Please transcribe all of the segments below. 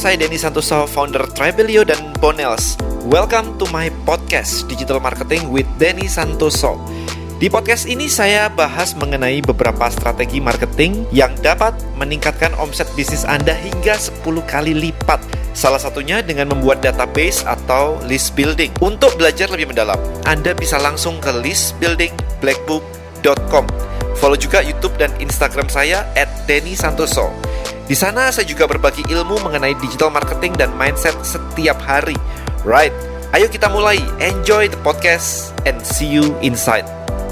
saya Denny Santoso, founder Tribelio dan Bonels. Welcome to my podcast, Digital Marketing with Denny Santoso. Di podcast ini saya bahas mengenai beberapa strategi marketing yang dapat meningkatkan omset bisnis Anda hingga 10 kali lipat. Salah satunya dengan membuat database atau list building. Untuk belajar lebih mendalam, Anda bisa langsung ke listbuildingblackbook.com. Follow juga YouTube dan Instagram saya @dennysantoso. Di sana saya juga berbagi ilmu mengenai digital marketing dan mindset setiap hari. Right, ayo kita mulai. Enjoy the podcast and see you inside.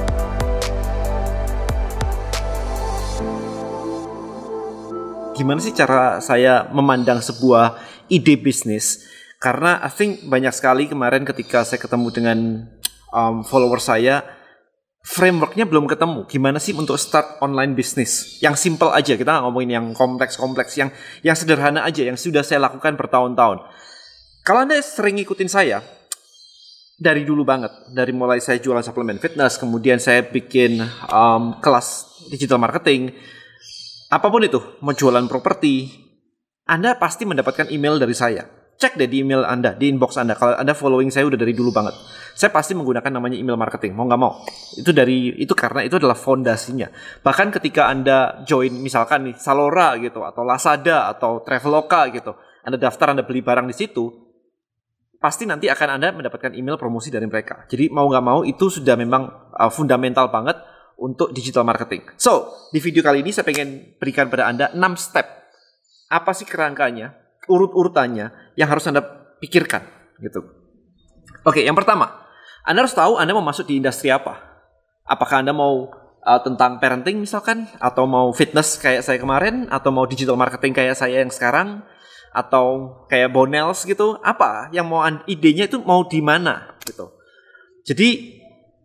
Gimana sih cara saya memandang sebuah ide bisnis? Karena I think banyak sekali kemarin ketika saya ketemu dengan follower saya, frameworknya belum ketemu. Gimana sih untuk start online business? Yang simple aja, kita nggak ngomongin yang kompleks-kompleks, yang sederhana aja, yang sudah saya lakukan bertahun-tahun. Kalau Anda sering ngikutin saya, dari dulu banget, dari mulai saya jualan suplemen fitness, kemudian saya bikin kelas digital marketing, apapun itu, mau jualan properti, Anda pasti mendapatkan email dari saya. Cek deh di email Anda, di inbox Anda. Kalau Anda following saya udah dari dulu banget, saya pasti menggunakan namanya email marketing, mau nggak mau. Itu karena itu adalah fondasinya. Bahkan ketika Anda join misalkan nih Zalora gitu, atau Lazada, atau Traveloka gitu, Anda daftar, Anda beli barang di situ, pasti nanti akan Anda mendapatkan email promosi dari mereka. Jadi mau nggak mau itu sudah memang fundamental banget untuk digital marketing. So, di video kali ini saya pengen berikan pada Anda 6 step. Apa sih kerangkanya, urut-urutannya yang harus Anda pikirkan gitu. Oke, yang pertama, Anda harus tahu Anda mau masuk di industri apa. Apakah Anda mau tentang parenting misalkan, atau mau fitness kayak saya kemarin, atau mau digital marketing kayak saya yang sekarang, atau kayak Bonels gitu. Apa yang mau idenya itu mau di mana gitu. Jadi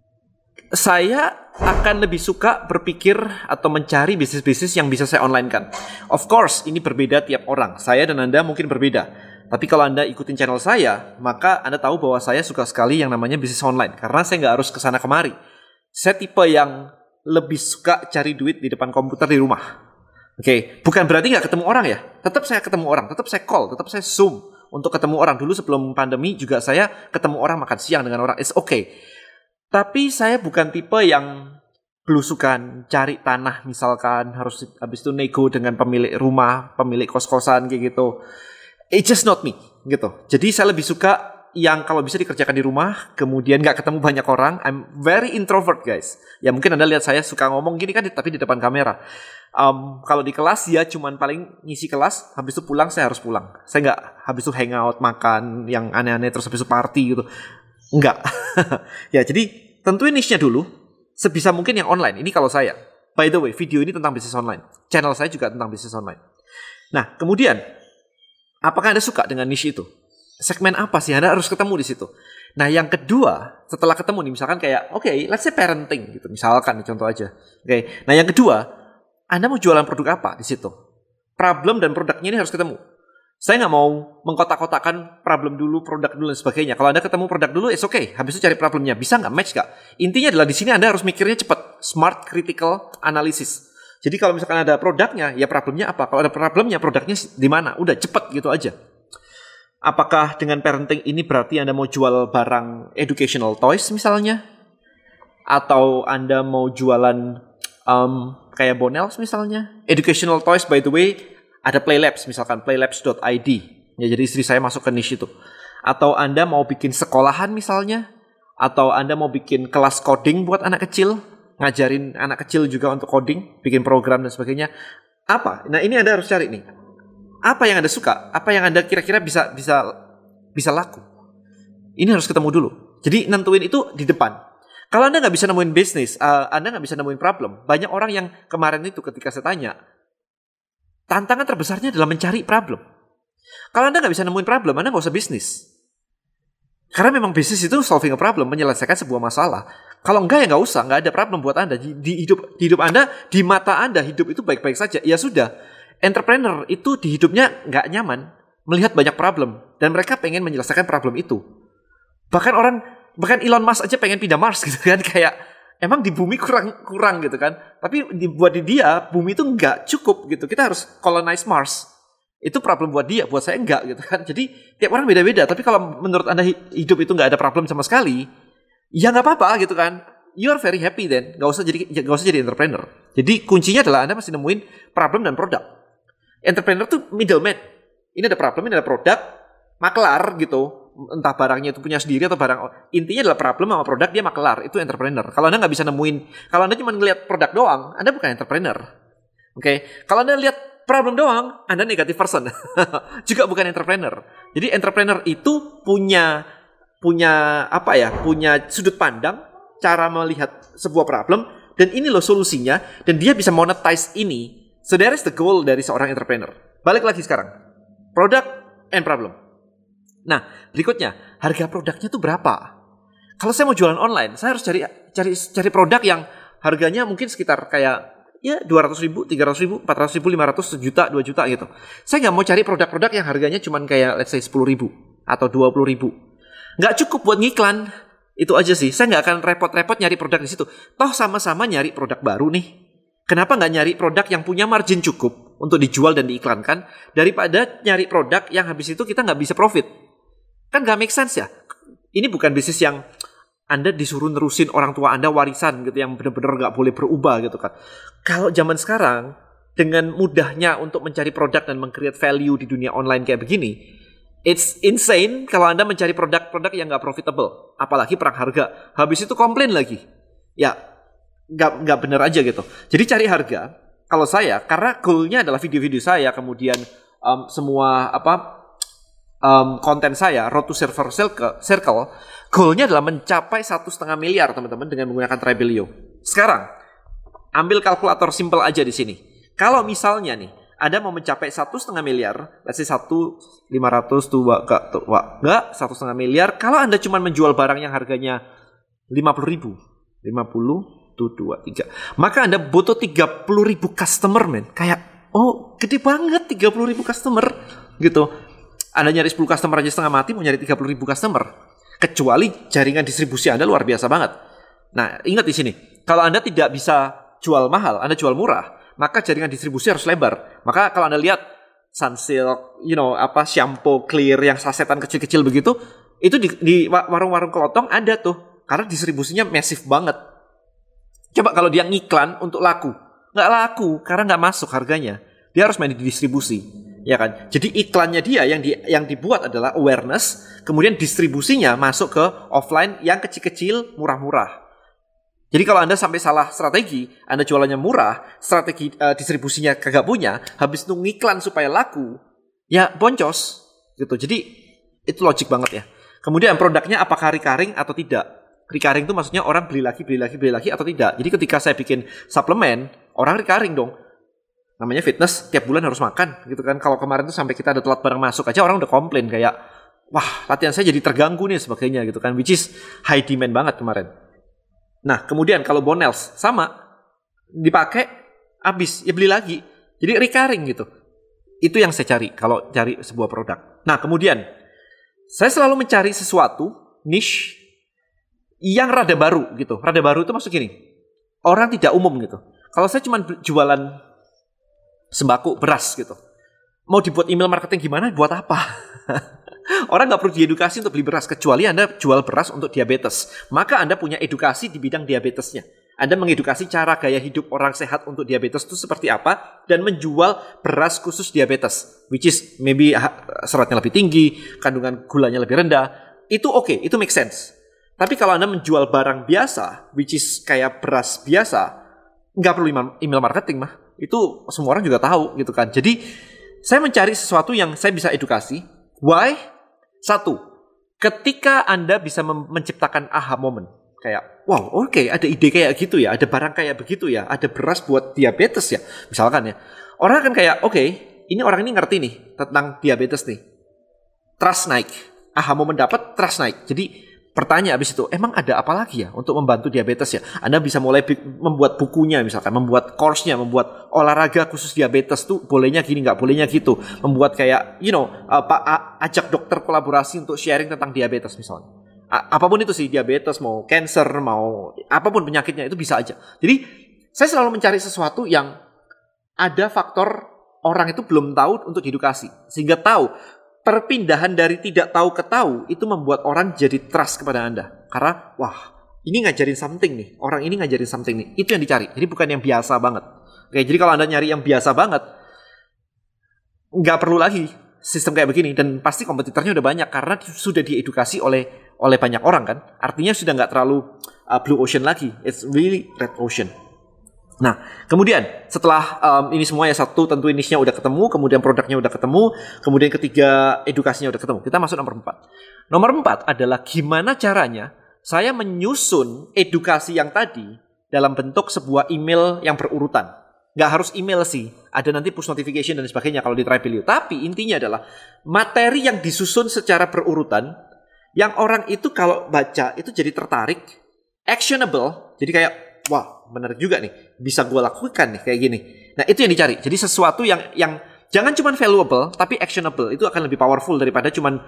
saya akan lebih suka berpikir atau mencari bisnis-bisnis yang bisa saya online kan. Of course, ini berbeda tiap orang. Saya dan Anda mungkin berbeda. Tapi kalau Anda ikutin channel saya, maka Anda tahu bahwa saya suka sekali yang namanya bisnis online. Karena saya nggak harus kesana kemari. Saya tipe yang lebih suka cari duit di depan komputer di rumah. Oke, bukan berarti nggak ketemu orang ya. Tetap saya ketemu orang, tetap saya call, tetap saya Zoom untuk ketemu orang. Dulu sebelum pandemi juga saya ketemu orang, makan siang dengan orang. It's okay. Tapi saya bukan tipe yang belusukan cari tanah misalkan, harus habis itu nego dengan pemilik rumah, pemilik kos-kosan kayak gitu. It's just not me gitu. Jadi saya lebih suka yang kalau bisa dikerjakan di rumah, kemudian gak ketemu banyak orang. I'm very introvert guys. Ya mungkin Anda lihat saya suka ngomong gini kan, tapi di depan kamera. Kalau di kelas ya cuman paling ngisi kelas, habis itu pulang saya harus pulang. Saya gak habis itu hangout, makan yang aneh-aneh, terus habis itu party gitu. Enggak. Ya jadi tentuin niche-nya dulu. Sebisa mungkin yang online. Ini kalau saya. By the way, video ini tentang bisnis online. Channel saya juga tentang bisnis online. Nah, kemudian apakah Anda suka dengan niche itu? Segmen apa sih? Anda harus ketemu di situ. Nah, yang kedua, setelah ketemu nih, misalkan kayak, let's say parenting gitu. Misalkan, contoh aja. Nah, yang kedua, Anda mau jualan produk apa di situ? Problem dan produknya ini harus ketemu. Saya nggak mau mengkotak-kotakan problem dulu, produk dulu, dan sebagainya. Kalau Anda ketemu produk dulu, it's okay. Habis itu cari problemnya. Bisa nggak? Match nggak? Intinya adalah di sini Anda harus mikirnya cepat. Smart critical analysis. Jadi kalau misalkan ada produknya, ya problemnya apa? Kalau ada problemnya, produknya di mana? Udah cepat gitu aja. Apakah dengan parenting ini berarti Anda mau jual barang educational toys misalnya? Atau Anda mau jualan kayak Bonels misalnya? Educational toys by the way, ada Playlabs misalkan, playlabs.id. Ya, jadi istri saya masuk ke niche itu. Atau Anda mau bikin sekolahan misalnya? Atau Anda mau bikin kelas coding buat anak kecil? Ngajarin anak kecil juga untuk coding, bikin program dan sebagainya. Apa? Nah, ini Anda harus cari nih. Apa yang Anda suka? Apa yang Anda kira-kira bisa laku? Ini harus ketemu dulu. Jadi nentuin itu di depan. Kalau Anda nggak bisa nemuin bisnis, Anda nggak bisa nemuin problem. Banyak orang yang kemarin itu ketika saya tanya, tantangan terbesarnya adalah mencari problem. Kalau Anda nggak bisa nemuin problem, Anda nggak usah bisnis. Karena memang bisnis itu solving a problem, menyelesaikan sebuah masalah. Kalau enggak ya nggak usah, nggak ada problem buat Anda. Di hidup Anda, di mata Anda, hidup itu baik-baik saja. Ya sudah, entrepreneur itu di hidupnya nggak nyaman, melihat banyak problem. Dan mereka pengen menyelesaikan problem itu. Bahkan Elon Musk aja pengen pindah Mars gitu kan. Kayak emang di bumi kurang gitu kan. Tapi buat dia bumi itu nggak cukup gitu. Kita harus colonize Mars. itu problem buat dia, buat saya enggak gitu kan. Jadi tiap orang beda-beda. Tapi kalau menurut Anda hidup itu nggak ada problem sama sekali, ya nggak apa-apa gitu kan. You are very happy then. Nggak usah jadi entrepreneur. Jadi kuncinya adalah Anda mesti nemuin problem dan produk. Entrepreneur tuh middleman. Ini ada problem, ini ada produk, maklar gitu. Entah barangnya itu punya sendiri atau barang. Intinya adalah problem sama produk, dia maklar. Itu entrepreneur. Kalau Anda nggak bisa nemuin, kalau Anda cuma ngelihat produk doang, Anda bukan entrepreneur. Oke, kalau Anda lihat problem doang, Anda negative person. Juga bukan entrepreneur. Jadi entrepreneur itu punya sudut pandang, cara melihat sebuah problem, dan ini loh solusinya, dan dia bisa monetize ini. So that is the goal dari seorang entrepreneur. Balik lagi sekarang. Product and problem. Nah, berikutnya, harga produknya tuh berapa? Kalau saya mau jualan online, saya harus cari produk yang harganya mungkin sekitar kayak ya 200.000, 300.000, 400.000, 500, 1 juta, 2 juta gitu. Saya nggak mau cari produk-produk yang harganya cuman kayak let's say 10.000 atau 20.000. Nggak cukup buat ngiklan. Itu aja sih. Saya nggak akan repot-repot nyari produk di situ. Toh sama-sama nyari produk baru nih. Kenapa nggak nyari produk yang punya margin cukup untuk dijual dan diiklankan daripada nyari produk yang habis itu kita nggak bisa profit? Kan nggak make sense ya. Ini bukan bisnis yang Anda disuruh nerusin orang tua Anda warisan gitu yang benar-benar nggak boleh berubah gitu kan. Kalau zaman sekarang dengan mudahnya untuk mencari produk dan meng-create value di dunia online kayak begini, it's insane kalau Anda mencari produk-produk yang nggak profitable, apalagi perang harga. Habis itu komplain lagi, ya nggak bener aja gitu. Jadi cari harga. Kalau saya, karena goalnya adalah video-video saya, kemudian semua konten saya, Road to Server Circle, goalnya adalah mencapai 1,5 miliar teman-teman dengan menggunakan Trebelio. Sekarang, ambil kalkulator simple aja di sini. Kalau misalnya nih, Anda mau mencapai 1,5 miliar, let's say 1.500 enggak 1,5 miliar. Kalau Anda cuma menjual barang yang harganya 50.000, 50 tuh 2, 3, maka Anda butuh 30.000 customer, men. Kayak, oh gede banget 30.000 customer gitu. Anda nyari 10 customer aja setengah mati, mau nyari 30.000 customer. Kecuali jaringan distribusi Anda luar biasa banget. Nah, ingat di sini, kalau Anda tidak bisa jual mahal, Anda jual murah, maka jaringan distribusi harus lebar. Maka kalau Anda lihat Sunsilk, shampoo clear yang sasetan kecil-kecil begitu, itu di warung-warung kelotong ada tuh, karena distribusinya masif banget. Coba kalau dia ngiklan untuk laku, nggak laku karena nggak masuk harganya. Dia harus main di distribusi, ya kan? Jadi iklannya dia yang dibuat adalah awareness, kemudian distribusinya masuk ke offline yang kecil-kecil, murah-murah. Jadi kalau Anda sampai salah strategi, Anda jualannya murah, strategi distribusinya kagak punya, habis itu ngiklan supaya laku, ya boncos gitu. Jadi itu logik banget ya. Kemudian produknya apakah recurring atau tidak? Recurring itu maksudnya orang beli lagi atau tidak. Jadi ketika saya bikin suplemen, orang recurring dong. Namanya fitness, tiap bulan harus makan gitu kan. Kalau kemarin tuh sampai kita ada telat barang masuk aja orang udah komplain kayak, wah latihan saya jadi terganggu nih sebagainya gitu kan. Which is high demand banget kemarin. Nah kemudian kalau Bonels sama, dipakai habis ya beli lagi. Jadi recurring gitu. Itu yang saya cari kalau cari sebuah produk. Nah kemudian saya selalu mencari sesuatu niche yang rada baru gitu. Rada baru itu maksud gini, orang tidak umum gitu. Kalau saya cuma jualan sembako beras gitu, mau dibuat email marketing gimana, buat apa? Orang nggak perlu diedukasi untuk beli beras, kecuali Anda jual beras untuk diabetes. Maka Anda punya edukasi di bidang diabetesnya. Anda mengedukasi cara gaya hidup orang sehat untuk diabetes itu seperti apa, dan menjual beras khusus diabetes, which is maybe seratnya lebih tinggi, kandungan gulanya lebih rendah. Itu oke, itu make sense. Tapi kalau Anda menjual barang biasa, which is kayak beras biasa, nggak perlu email marketing mah. Itu semua orang juga tahu gitu kan. Jadi saya mencari sesuatu yang saya bisa edukasi. Why? Satu, ketika Anda bisa menciptakan aha moment. Kayak, wow oke, ada ide kayak gitu ya, ada barang kayak begitu ya, ada beras buat diabetes ya, misalkan ya. Orang akan kayak, oke, ini orang ini ngerti nih tentang diabetes nih. Trust naik. Aha moment dapat, trust naik. Jadi pertanyaan abis itu, emang ada apa lagi ya untuk membantu diabetes ya? Anda bisa mulai membuat bukunya misalkan, membuat course-nya, membuat olahraga khusus diabetes tuh bolehnya gini, nggak bolehnya gitu. Membuat kayak, ajak dokter kolaborasi untuk sharing tentang diabetes misalnya. Apapun itu sih, diabetes, mau cancer, mau apapun penyakitnya itu bisa aja. Jadi saya selalu mencari sesuatu yang ada faktor orang itu belum tahu untuk diedukasi. Sehingga tahu, perpindahan dari tidak tahu ke tahu itu membuat orang jadi trust kepada Anda. Karena, wah, ini ngajarin something nih. Orang ini ngajarin something nih. Itu yang dicari. Jadi bukan yang biasa banget. Oke, jadi kalau Anda nyari yang biasa banget, nggak perlu lagi sistem kayak begini. Dan pasti kompetitornya udah banyak karena sudah diedukasi oleh banyak orang kan. Artinya sudah nggak terlalu blue ocean lagi. It's really red ocean. Nah, kemudian setelah ini semua ya, satu tentu niche-nya udah ketemu, kemudian produknya udah ketemu, kemudian ketiga edukasinya udah ketemu. Kita masuk nomor 4. Nomor 4 adalah gimana caranya saya menyusun edukasi yang tadi dalam bentuk sebuah email yang berurutan. Nggak harus email sih, ada nanti push notification dan sebagainya kalau di Tribelio. Tapi intinya adalah materi yang disusun secara berurutan, yang orang itu kalau baca itu jadi tertarik, actionable, jadi kayak, wah benar juga nih, bisa gue lakukan nih kayak gini. Nah itu yang dicari, jadi sesuatu yang jangan cuma valuable, tapi actionable, itu akan lebih powerful daripada cuman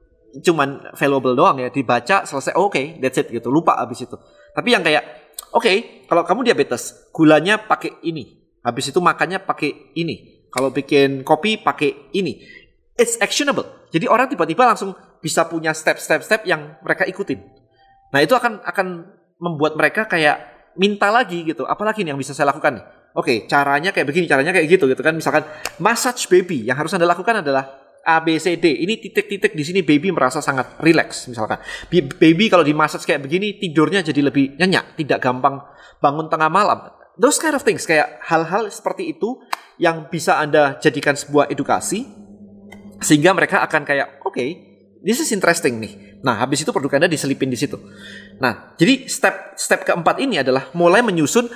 valuable doang ya, dibaca selesai, okay, that's it gitu, lupa abis itu. Tapi yang kayak, okay, kalau kamu diabetes, gulanya pakai ini. Habis itu makannya pakai ini. Kalau bikin kopi pakai ini. It's actionable. Jadi orang tiba-tiba langsung bisa punya step-step yang mereka ikutin. Nah itu akan membuat mereka kayak minta lagi gitu. Apalagi nih yang bisa saya lakukan nih. Oke, caranya kayak begini, caranya kayak gitu kan. Misalkan massage baby. Yang harus Anda lakukan adalah A, B, C, D. Ini titik-titik di sini baby merasa sangat relax misalkan. Baby kalau di massage kayak begini tidurnya jadi lebih nyenyak. Tidak gampang bangun tengah malam. Those kind of things, kayak hal-hal seperti itu yang bisa Anda jadikan sebuah edukasi sehingga mereka akan kayak, okay, this is interesting nih. Nah, habis itu produk Anda diselipin di situ. Nah, jadi step keempat ini adalah mulai menyusun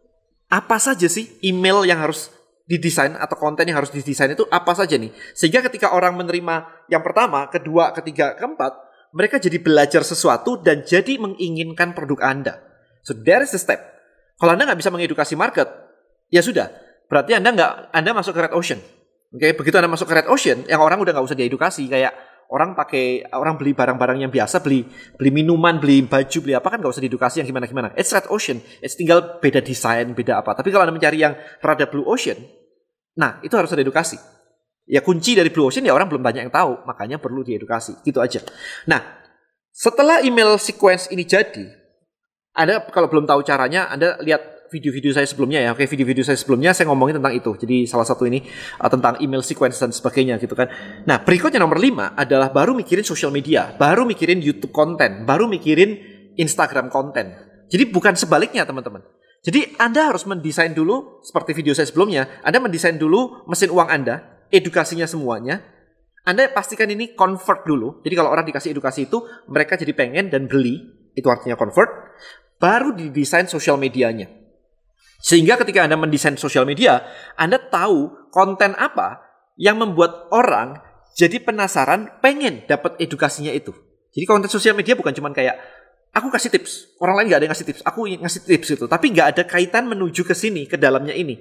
apa saja sih email yang harus didesain atau konten yang harus didesain itu apa saja nih. Sehingga ketika orang menerima yang pertama, kedua, ketiga, keempat, mereka jadi belajar sesuatu dan jadi menginginkan produk Anda. So, there is the step. Kalau Anda nggak bisa mengedukasi market, ya sudah. Berarti Anda masuk ke red ocean. Oke, begitu Anda masuk ke red ocean, yang orang udah nggak usah diedukasi. Kayak orang beli barang-barang yang biasa, beli minuman, beli baju, beli apa kan nggak usah diedukasi yang gimana-gimana. It's red ocean. It's tinggal beda desain, beda apa. Tapi kalau Anda mencari yang rada blue ocean, nah itu harus ada edukasi. Ya kunci dari blue ocean ya orang belum banyak yang tahu, makanya perlu diedukasi. Gitu aja. Nah, setelah email sequence ini jadi, Anda kalau belum tahu caranya, Anda lihat video-video saya sebelumnya ya. Oke, video-video saya sebelumnya saya ngomongin tentang itu. Jadi salah satu ini tentang email sequence dan sebagainya gitu kan. Nah, berikutnya nomor 5 adalah baru mikirin social media, baru mikirin YouTube konten, baru mikirin Instagram konten. Jadi bukan sebaliknya teman-teman. Jadi Anda harus mendesain dulu seperti video saya sebelumnya. Anda mendesain dulu mesin uang Anda, edukasinya semuanya. Anda pastikan ini convert dulu. Jadi kalau orang dikasih edukasi itu, mereka jadi pengen dan beli. Itu artinya convert. Baru didesain sosial medianya. Sehingga ketika Anda mendesain sosial media, Anda tahu konten apa yang membuat orang jadi penasaran, pengen dapat edukasinya itu. Jadi konten sosial media bukan cuma kayak, aku kasih tips, orang lain gak ada yang ngasih tips, aku ngasih tips itu. Tapi gak ada kaitan menuju ke sini, ke dalamnya ini.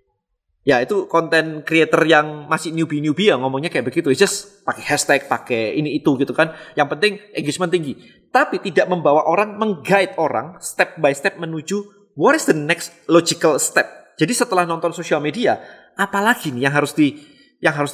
Ya itu konten creator yang masih newbie yang ngomongnya kayak begitu. It's just pakai hashtag, pakai ini itu gitu kan. Yang penting engagement tinggi. Tapi tidak membawa orang, meng-guide orang step by step menuju what is the next logical step. Jadi setelah nonton sosial media, apalagi nih yang harus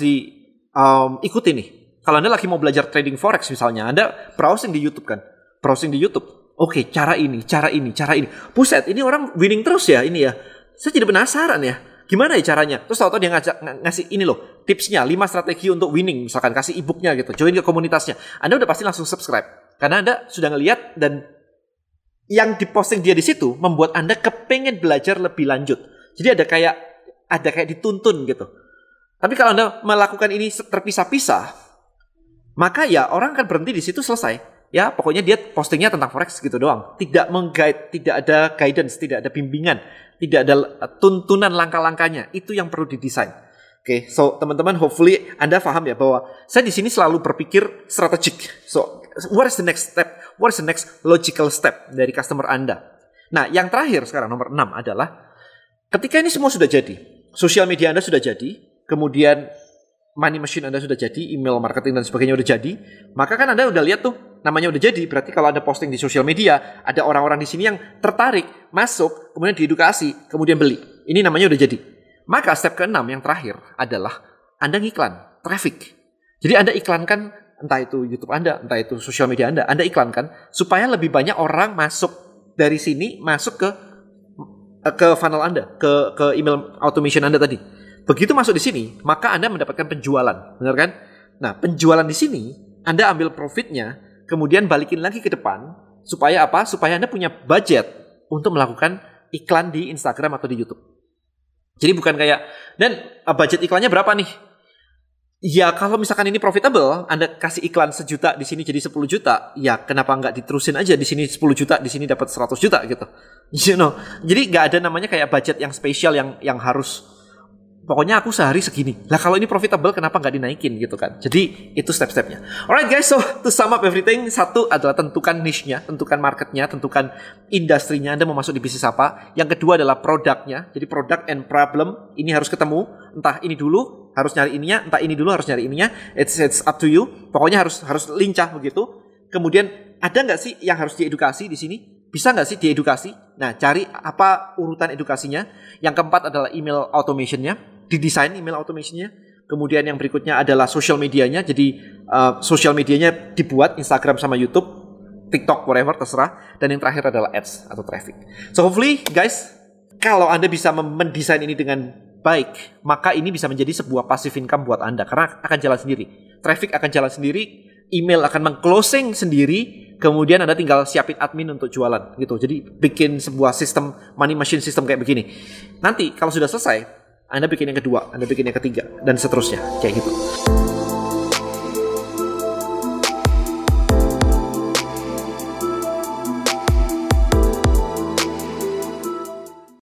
ikuti nih. Kalau Anda lagi mau belajar trading forex misalnya, Anda browsing di YouTube kan. Browsing di YouTube. Oke, cara ini. Buset, ini orang winning terus ya ini ya. Saya jadi penasaran ya. Gimana ya caranya? Terus tahu-tahu dia ngasih ini loh, tipsnya 5 strategi untuk winning, misalkan kasih e-booknya gitu, join ke komunitasnya. Anda udah pasti langsung subscribe karena Anda sudah ngelihat dan yang diposting dia di situ membuat Anda kepengen belajar lebih lanjut. Jadi ada kayak dituntun gitu. Tapi kalau Anda melakukan ini terpisah-pisah, maka ya orang akan berhenti di situ selesai. Ya, pokoknya dia postingnya tentang forex gitu doang. Tidak meng-guide, tidak ada guidance, tidak ada bimbingan, tidak ada tuntunan langkah-langkahnya. Itu yang perlu didesain. Oke, so teman-teman hopefully Anda paham ya bahwa saya di sini selalu berpikir strategik. So, what is the next step? What is the next logical step dari customer Anda? Nah, yang terakhir sekarang nomor 6 adalah ketika ini semua sudah jadi, sosial media Anda sudah jadi, kemudian money machine Anda sudah jadi, email marketing dan sebagainya udah jadi, maka kan Anda udah lihat tuh namanya udah jadi. Berarti kalau Anda posting di sosial media, ada orang-orang di sini yang tertarik, masuk, kemudian diedukasi, kemudian beli. Ini namanya udah jadi. Maka step ke-6 yang terakhir adalah Anda ngiklan, traffic. Jadi Anda iklankan, entah itu YouTube Anda, entah itu sosial media Anda iklankan supaya lebih banyak orang masuk dari sini, masuk ke funnel Anda, ke email automation Anda tadi. Begitu masuk di sini, maka Anda mendapatkan penjualan, benar kan? Nah, penjualan di sini Anda ambil profitnya, kemudian balikin lagi ke depan supaya apa? Supaya Anda punya budget untuk melakukan iklan di Instagram atau di YouTube. Jadi bukan kayak, dan budget iklannya berapa nih? Ya kalau misalkan ini profitable, Anda kasih iklan 1 juta di sini jadi 10 juta, ya kenapa nggak diterusin aja di sini 10 juta, di sini dapat 100 juta gitu. You know. Jadi nggak ada namanya kayak budget yang spesial yang harus pokoknya aku sehari segini. Lah kalau ini profitable kenapa nggak dinaikin gitu kan? Jadi itu step-stepnya. Alright guys, so to sum up everything, satu adalah tentukan niche-nya, tentukan marketnya, tentukan industrinya, Anda mau masuk di bisnis apa. Yang kedua adalah produknya. Jadi product and problem ini harus ketemu. Entah ini dulu harus nyari ininya, entah ini dulu harus nyari ininya. It's up to you. Pokoknya harus lincah begitu. Kemudian ada nggak sih yang harus diedukasi di sini? Bisa nggak sih diedukasi? Nah, cari apa urutan edukasinya. Yang keempat adalah email automationnya, didesain email automationnya. Kemudian yang berikutnya adalah social medianya. Jadi social medianya dibuat Instagram sama YouTube, TikTok, whatever, terserah. Dan yang terakhir adalah ads atau traffic. So hopefully guys, kalau Anda bisa mendesain ini dengan baik, maka ini bisa menjadi sebuah passive income buat Anda. Karena akan jalan sendiri. Traffic akan jalan sendiri, email akan meng-closing sendiri. Kemudian Anda tinggal siapin admin untuk jualan gitu. Jadi bikin sebuah sistem money machine system kayak begini. Nanti kalau sudah selesai, Anda bikin yang kedua, Anda bikin yang ketiga, dan seterusnya kayak gitu.